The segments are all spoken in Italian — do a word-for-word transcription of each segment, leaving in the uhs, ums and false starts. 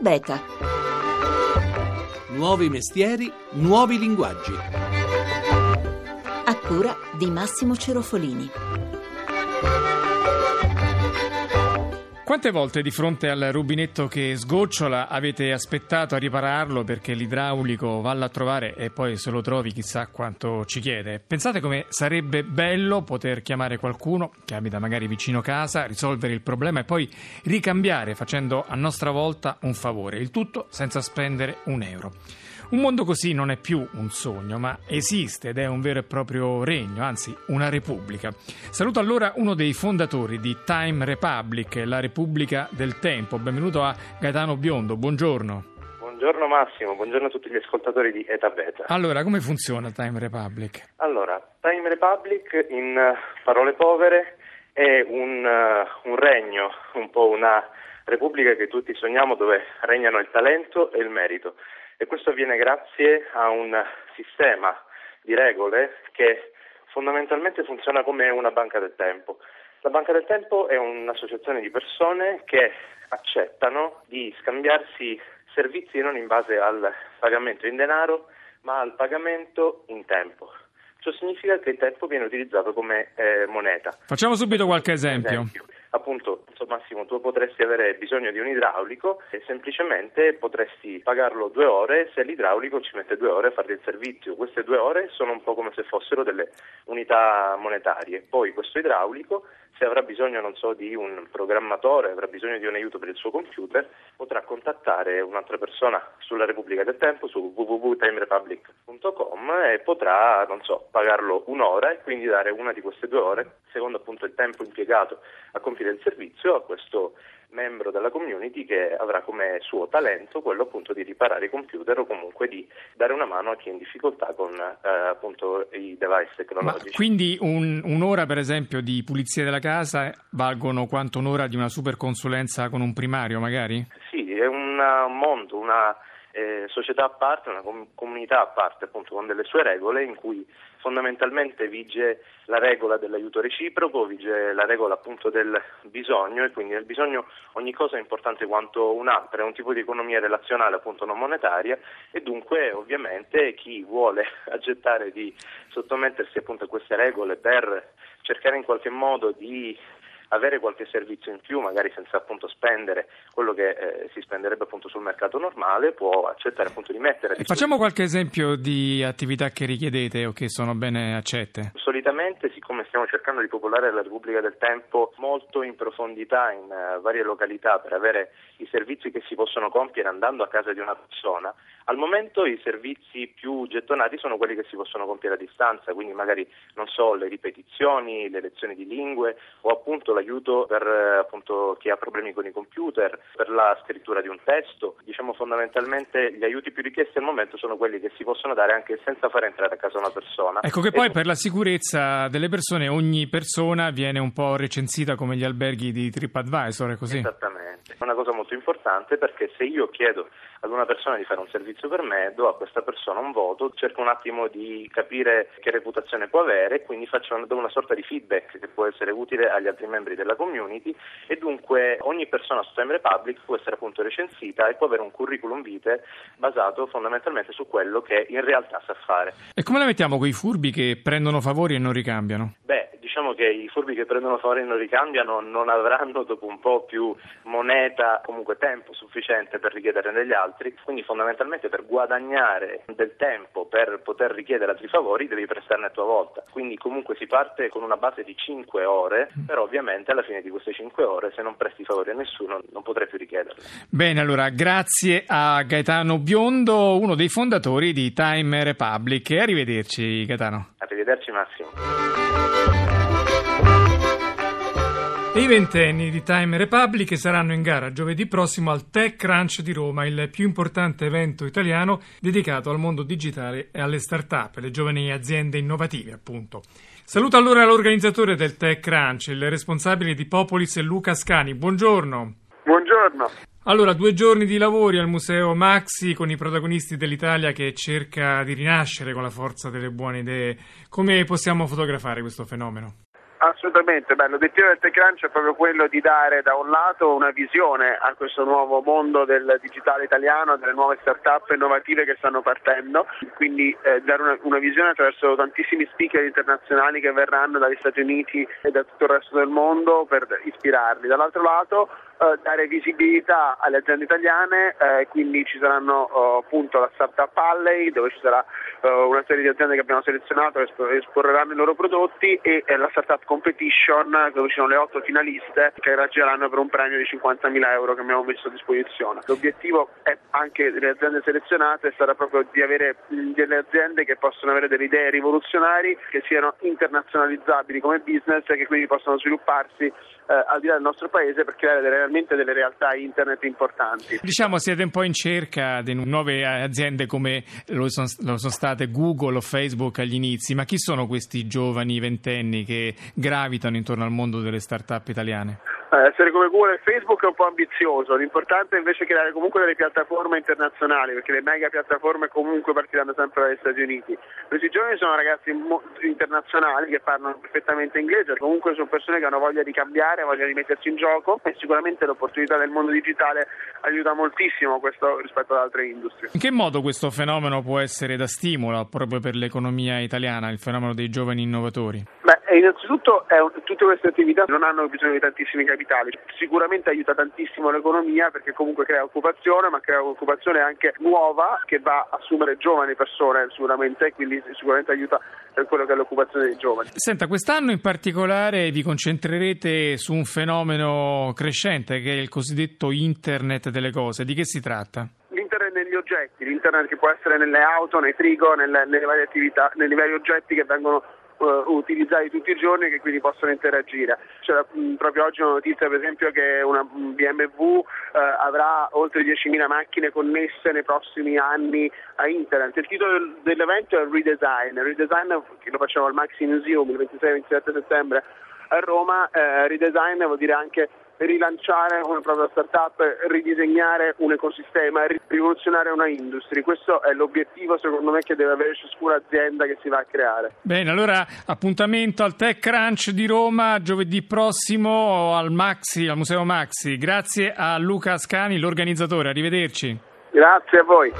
Beta. Nuovi mestieri, nuovi linguaggi. A cura di Massimo Cerofolini. Quante volte di fronte al rubinetto che sgocciola avete aspettato a ripararlo perché l'idraulico va a trovare e poi se lo trovi chissà quanto ci chiede? Pensate come sarebbe bello poter chiamare qualcuno che abita magari vicino casa, risolvere il problema e poi ricambiare facendo a nostra volta un favore, il tutto senza spendere un euro. Un mondo così non è più un sogno, ma esiste ed è un vero e proprio regno, anzi una repubblica. Saluto allora uno dei fondatori di Time Republic, la Repubblica del Tempo. Benvenuto a Gaetano Biondo, buongiorno. Buongiorno Massimo, buongiorno a tutti gli ascoltatori di Eta Beta. Allora, come funziona Time Republic? Allora, Time Republic, in parole povere, è un, uh, un regno, un po' una repubblica che tutti sogniamo, dove regnano il talento e il merito. E questo avviene grazie a un sistema di regole che fondamentalmente funziona come una banca del tempo. La banca del tempo è un'associazione di persone che accettano di scambiarsi servizi non in base al pagamento in denaro, ma al pagamento in tempo. Ciò significa che il tempo viene utilizzato come eh, moneta. Facciamo subito qualche esempio. esempio. Appunto, Massimo, tu potresti avere bisogno di un idraulico e semplicemente potresti pagarlo due ore se l'idraulico ci mette due ore a fare il servizio. Queste due ore sono un po' come se fossero delle unità monetarie. Poi questo idraulico, se avrà bisogno, non so, di un programmatore, avrà bisogno di un aiuto per il suo computer, potrà contattare un'altra persona sulla Repubblica del Tempo, su w w w punto time republic punto com e potrà, non so, pagarlo un'ora e quindi dare una di queste due ore, secondo appunto il tempo impiegato a compiere il servizio, a questo membro della community che avrà come suo talento quello appunto di riparare i computer o comunque di dare una mano a chi è in difficoltà con eh, appunto i device tecnologici. Ma quindi un, un'ora per esempio di pulizia della casa valgono quanto un'ora di una super consulenza con un primario magari? Sì, è un mondo, una eh, società a parte, una com- comunità a parte appunto con delle sue regole in cui fondamentalmente vige la regola dell'aiuto reciproco, vige la regola appunto del bisogno e quindi nel bisogno ogni cosa è importante quanto un'altra, è un tipo di economia relazionale appunto non monetaria e dunque ovviamente chi vuole accettare di sottomettersi appunto a queste regole per cercare in qualche modo di avere qualche servizio in più, magari senza appunto spendere quello che eh, si spenderebbe appunto sul mercato normale, può accettare appunto di mettere. E facciamo qualche esempio di attività che richiedete o che sono bene accette. Solitamente, siccome stiamo cercando di popolare la Repubblica del Tempo molto in profondità in uh, varie località per avere i servizi che si possono compiere andando a casa di una persona, al momento i servizi più gettonati sono quelli che si possono compiere a distanza, quindi magari, non so, le ripetizioni, le lezioni di lingue o appunto l'aiuto per appunto chi ha problemi con i computer, per la scrittura di un testo. Diciamo fondamentalmente gli aiuti più richiesti al momento sono quelli che si possono dare anche senza far entrare a casa una persona. Ecco che poi e... per la sicurezza delle persone ogni persona viene un po' recensita come gli alberghi di TripAdvisor, è così? Esattamente, è una cosa molto importante perché se io chiedo ad una persona di fare un servizio per me, do a questa persona un voto, cerco un attimo di capire che reputazione può avere e quindi faccio una, do una sorta di feedback che può essere utile agli altri membri della community e dunque ogni persona su Time Republic può essere appunto recensita e può avere un curriculum vitae basato fondamentalmente su quello che in realtà sa fare. E come la mettiamo con i furbi che prendono favori e non ricambiano? Beh, diciamo che i furbi che prendono favori e non ricambiano non avranno dopo un po' più moneta, comunque tempo sufficiente per richiedere degli altri, quindi fondamentalmente per guadagnare del tempo per poter richiedere altri favori devi prestarne a tua volta, quindi comunque si parte con una base di cinque ore, però ovviamente alla fine di queste cinque ore se non presti favori a nessuno non potrai più richiederle. Bene, allora grazie a Gaetano Biondo, uno dei fondatori di Time Republic, e arrivederci Gaetano. Arrivederci Massimo. E i ventenni di Time Republic saranno in gara giovedì prossimo al TechCrunch di Roma, il più importante evento italiano dedicato al mondo digitale e alle start-up, le giovani aziende innovative appunto. Saluto allora l'organizzatore del TechCrunch, il responsabile di Popolis e Luca Scani. Buongiorno. Buongiorno. Allora, due giorni di lavori al Museo Maxi con i protagonisti dell'Italia che cerca di rinascere con la forza delle buone idee. Come possiamo fotografare questo fenomeno? Assolutamente, beh, l'obiettivo del TechCrunch è proprio quello di dare da un lato una visione a questo nuovo mondo del digitale italiano, delle nuove start-up innovative che stanno partendo, quindi eh, dare una, una visione attraverso tantissimi speaker internazionali che verranno dagli Stati Uniti e da tutto il resto del mondo per ispirarli. Dall'altro lato eh, dare visibilità alle aziende italiane, eh, quindi ci saranno eh, appunto la Startup Alley, dove ci sarà eh, una serie di aziende che abbiamo selezionato che esporranno i loro prodotti, e eh, la Startup Competition, dove ci sono le otto finaliste che raggiungeranno per un premio di cinquantamila euro che abbiamo messo a disposizione. L'obiettivo è anche delle aziende selezionate sarà proprio di avere mh, delle aziende che possono avere delle idee rivoluzionari, che siano internazionalizzabili come business e che quindi possono svilupparsi eh, al di là del nostro paese per creare delle, realmente delle realtà internet importanti. Diciamo siete un po' in cerca di nuove aziende come lo sono, lo sono state Google o Facebook agli inizi, ma chi sono questi giovani ventenni che gravitano intorno al mondo delle start-up italiane? Eh, essere come Google e Facebook è un po' ambizioso, l'importante è invece creare comunque delle piattaforme internazionali, perché le mega piattaforme comunque partiranno sempre dagli Stati Uniti. Questi giovani sono ragazzi mo- internazionali che parlano perfettamente inglese, comunque sono persone che hanno voglia di cambiare, voglia di mettersi in gioco, e sicuramente l'opportunità del mondo digitale aiuta moltissimo questo rispetto ad altre industrie. In che modo questo fenomeno può essere da stimolo proprio per l'economia italiana, il fenomeno dei giovani innovatori? Beh, innanzitutto è un, tutte queste attività non hanno bisogno di tantissimi capitali, sicuramente aiuta tantissimo l'economia perché comunque crea occupazione, ma crea occupazione anche nuova che va a assumere giovani persone sicuramente, e quindi sicuramente aiuta per quello che è l'occupazione dei giovani. Senta, quest'anno in particolare vi concentrerete su un fenomeno crescente che è il cosiddetto Internet delle cose. Di che si tratta? L'internet negli oggetti, l'internet che può essere nelle auto, nei frigo, nelle, nelle varie attività, nei vari oggetti che vengono Uh, utilizzati tutti i giorni e che quindi possono interagire. C'era mh, proprio oggi una notizia per esempio che una B M W uh, avrà oltre diecimila macchine connesse nei prossimi anni a internet. Il titolo dell'evento è Redesign. Redesign che lo facciamo al Maxi Museum il ventisei ventisette settembre a Roma. uh, Redesign vuol dire anche rilanciare una propria startup, ridisegnare un ecosistema, rivoluzionare una industria. Questo è l'obiettivo secondo me che deve avere ciascuna azienda che si va a creare. Bene, allora appuntamento al TechCrunch di Roma giovedì prossimo al Maxi, al Museo Maxi. Grazie a Luca Ascani, l'organizzatore. Arrivederci. Grazie a voi.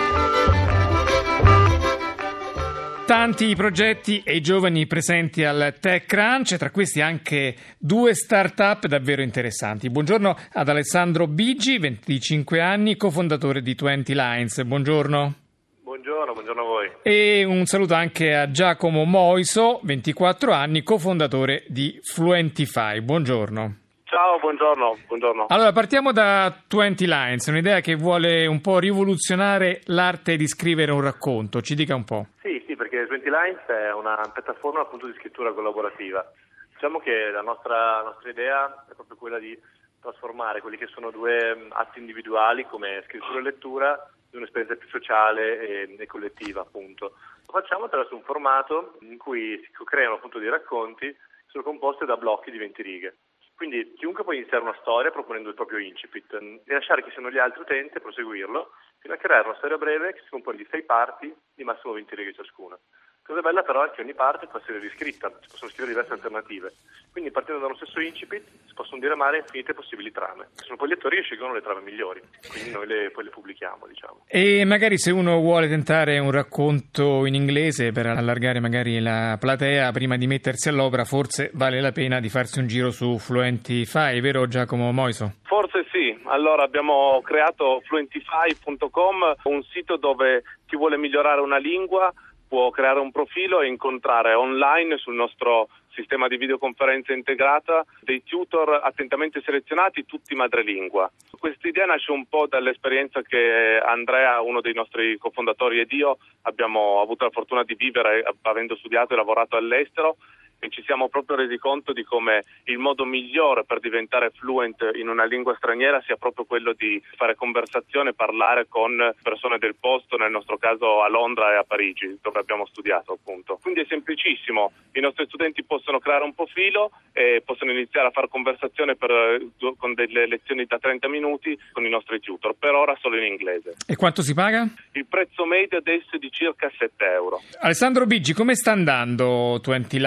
Tanti i progetti e i giovani presenti al TechCrunch, tra questi anche due start-up davvero interessanti. Buongiorno ad Alessandro Bigi, venticinque anni, cofondatore di venti Lines. Buongiorno. Buongiorno, buongiorno a voi. E un saluto anche a Giacomo Moiso, ventiquattro anni, cofondatore di Fluentify. Buongiorno. Ciao, buongiorno, buongiorno. Allora, partiamo da venti Lines, un'idea che vuole un po' rivoluzionare l'arte di scrivere un racconto. Ci dica un po'. Sì, sì, perché venti Lines è una piattaforma appunto di scrittura collaborativa. Diciamo che la nostra, la nostra idea è proprio quella di trasformare quelli che sono due atti individuali come scrittura e lettura in un'esperienza più sociale e, e collettiva, appunto. Lo facciamo attraverso un formato in cui si creano appunto dei racconti che sono composti da blocchi di venti righe. Quindi chiunque può iniziare una storia proponendo il proprio incipit e lasciare che siano gli altri utenti a proseguirlo fino a creare una storia breve che si compone di sei parti di massimo venti righe ciascuna. La cosa bella però è che ogni parte può essere riscritta, si possono scrivere diverse alternative. Quindi partendo dallo stesso incipit si possono diramare infinite possibili trame. Sono poi gli lettori che scelgono le trame migliori, quindi noi le, poi le pubblichiamo, diciamo. E magari se uno vuole tentare un racconto in inglese per allargare magari la platea, prima di mettersi all'opera, forse vale la pena di farsi un giro su Fluentify, vero Giacomo Moiso? Forse sì, allora abbiamo creato fluentify punto com, un sito dove chi vuole migliorare una lingua può creare un profilo e incontrare online sul nostro sistema di videoconferenza integrata dei tutor attentamente selezionati, tutti madrelingua. Questa idea nasce un po' dall'esperienza che Andrea, uno dei nostri cofondatori, ed io abbiamo avuto la fortuna di vivere avendo studiato e lavorato all'estero, e ci siamo proprio resi conto di come il modo migliore per diventare fluent in una lingua straniera sia proprio quello di fare conversazione, parlare con persone del posto, nel nostro caso a Londra e a Parigi, dove abbiamo studiato appunto. Quindi è semplicissimo, i nostri studenti possono creare un profilo e possono iniziare a fare conversazione per, con delle lezioni da trenta minuti con i nostri tutor, per ora solo in inglese. E quanto si paga? Il prezzo medio adesso è di circa sette euro. Alessandro Bigi, come sta andando venti Lines?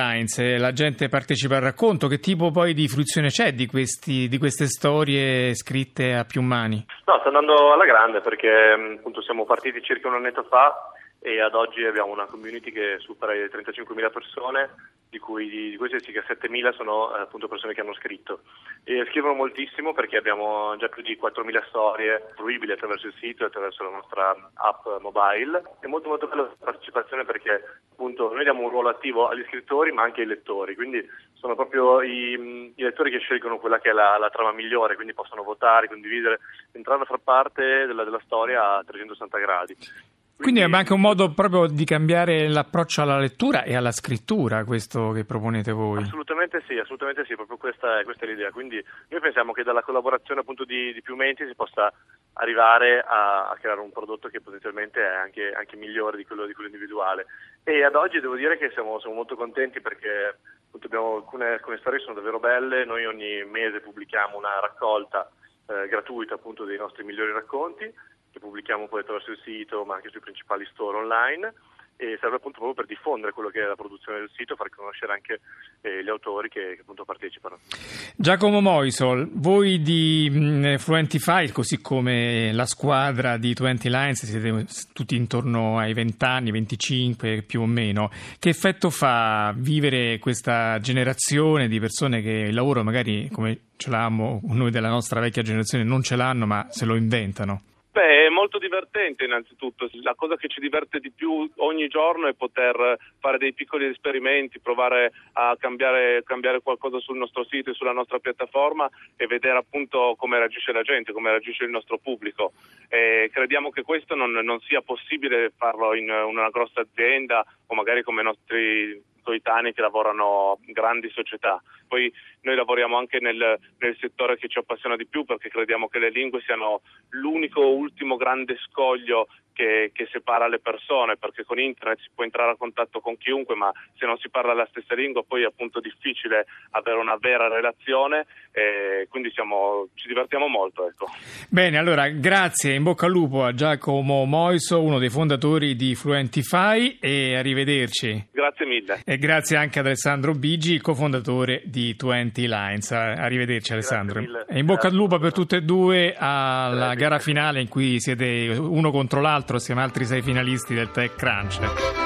volte la gente partecipa al racconto? Che tipo poi di fruizione c'è di, questi, di queste storie scritte a più mani? No, sta andando alla grande perché appunto siamo partiti circa un annetto fa e ad oggi abbiamo una community che supera le trentacinquemila persone, di cui di queste circa settemila sono eh, appunto persone che hanno scritto. E scrivono moltissimo perché abbiamo già più di quattromila storie fruibili attraverso il sito e attraverso la nostra app mobile. È molto molto bella la partecipazione perché appunto noi diamo un ruolo attivo agli scrittori ma anche ai lettori, quindi sono proprio i, i lettori che scelgono quella che è la, la trama migliore, quindi possono votare, condividere, entrare a far parte della, della storia a trecentosessanta gradi. Quindi è anche un modo proprio di cambiare l'approccio alla lettura e alla scrittura, questo che proponete voi? Assolutamente sì, assolutamente sì, proprio questa è, questa è l'idea. Quindi noi pensiamo che dalla collaborazione appunto di, di più menti si possa arrivare a, a creare un prodotto che potenzialmente è anche, anche migliore di quello, di quello individuale. E ad oggi devo dire che siamo, siamo molto contenti perché appunto abbiamo alcune, alcune storie che sono davvero belle. Noi ogni mese pubblichiamo una raccolta eh, gratuita appunto dei nostri migliori racconti, che pubblichiamo poi attraverso il sito ma anche sui principali store online, e serve appunto proprio per diffondere quello che è la produzione del sito, far conoscere anche eh, gli autori che, che appunto partecipano. Giacomo Moisol, voi di mh, Fluentify, così come la squadra di Twenty Lines, siete tutti intorno ai venti anni, venticinque più o meno. Che effetto fa vivere questa generazione di persone che il lavoro magari come ce l'abbiamo noi della nostra vecchia generazione non ce l'hanno ma se lo inventano? Beh, è molto divertente innanzitutto. La cosa che ci diverte di più ogni giorno è poter fare dei piccoli esperimenti, provare a cambiare, cambiare qualcosa sul nostro sito e sulla nostra piattaforma e vedere appunto come reagisce la gente, come reagisce il nostro pubblico. E crediamo che questo non, non sia possibile farlo in una grossa azienda o magari come i nostri coetanei che lavorano in grandi società. Poi noi lavoriamo anche nel, nel settore che ci appassiona di più perché crediamo che le lingue siano l'unico ultimo grande scoglio che, che separa le persone, perché con internet si può entrare a contatto con chiunque, ma se non si parla la stessa lingua poi è appunto difficile avere una vera relazione, e quindi siamo, ci divertiamo molto. Ecco. Bene, allora grazie, in bocca al lupo a Giacomo Moisol, uno dei fondatori di Fluentify, e arrivederci. Grazie mille. E grazie anche ad Alessandro Bigi, cofondatore di Twenty Lines. Arrivederci Alessandro. E in bocca al lupo per tutte e due alla grazie. Gara finale in cui siete uno contro l'altro, assieme ad altri sei finalisti del TechCrunch.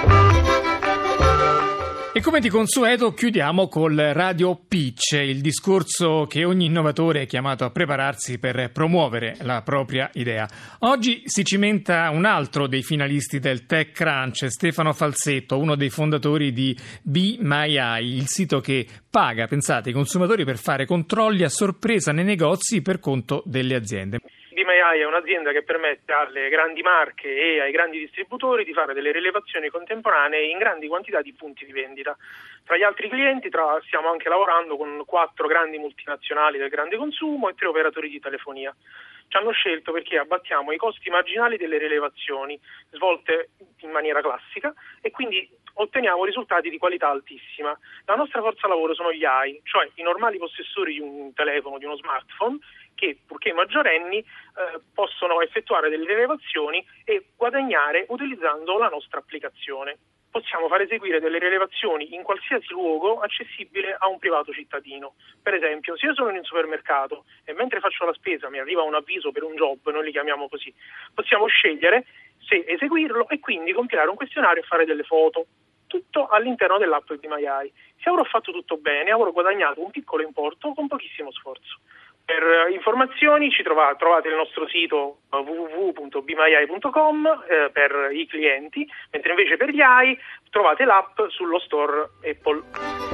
E come di consueto chiudiamo col Radio Pitch, il discorso che ogni innovatore è chiamato a prepararsi per promuovere la propria idea. Oggi si cimenta un altro dei finalisti del TechCrunch, Stefano Falsetto, uno dei fondatori di Be My Eye, il sito che paga, pensate, i consumatori per fare controlli a sorpresa nei negozi per conto delle aziende. Be My Eye è un'azienda che permette alle grandi marche e ai grandi distributori di fare delle rilevazioni contemporanee in grandi quantità di punti di vendita. Tra gli altri clienti tra, stiamo anche lavorando con quattro grandi multinazionali del grande consumo e tre operatori di telefonia. Ci hanno scelto perché abbattiamo i costi marginali delle rilevazioni svolte in maniera classica e quindi otteniamo risultati di qualità altissima. La nostra forza lavoro sono gli A I, cioè i normali possessori di un telefono, di uno smartphone, che, purché maggiorenni, eh, possono effettuare delle rilevazioni e guadagnare utilizzando la nostra applicazione. Possiamo far eseguire delle rilevazioni in qualsiasi luogo accessibile a un privato cittadino. Per esempio, se io sono in un supermercato e mentre faccio la spesa mi arriva un avviso per un job, noi li chiamiamo così, possiamo scegliere se eseguirlo e quindi compilare un questionario e fare delle foto. Tutto all'interno dell'app di My Eye. Se avrò fatto tutto bene, avrò guadagnato un piccolo importo con pochissimo sforzo. Per informazioni ci trovate, trovate il nostro sito w w w punto be my eye punto com eh, per i clienti, mentre invece per gli A I trovate l'app sullo store Apple.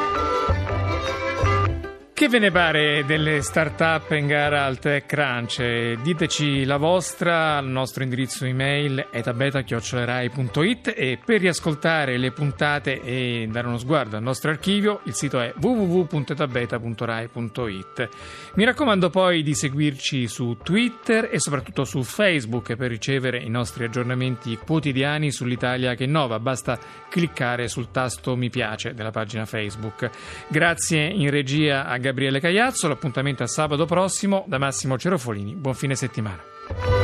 Che ve ne pare delle start-up in gara al TechCrunch? Diteci la vostra al nostro indirizzo email etabeta chiocciola rai punto it, e per riascoltare le puntate e dare uno sguardo al nostro archivio il sito è w w w punto etabeta punto rai punto it. Mi raccomando poi di seguirci su Twitter e soprattutto su Facebook per ricevere i nostri aggiornamenti quotidiani sull'Italia che innova. Basta cliccare sul tasto mi piace della pagina Facebook. Grazie in regia a Gabriele Cagliazzo, l'appuntamento a sabato prossimo da Massimo Cerofolini. Buon fine settimana.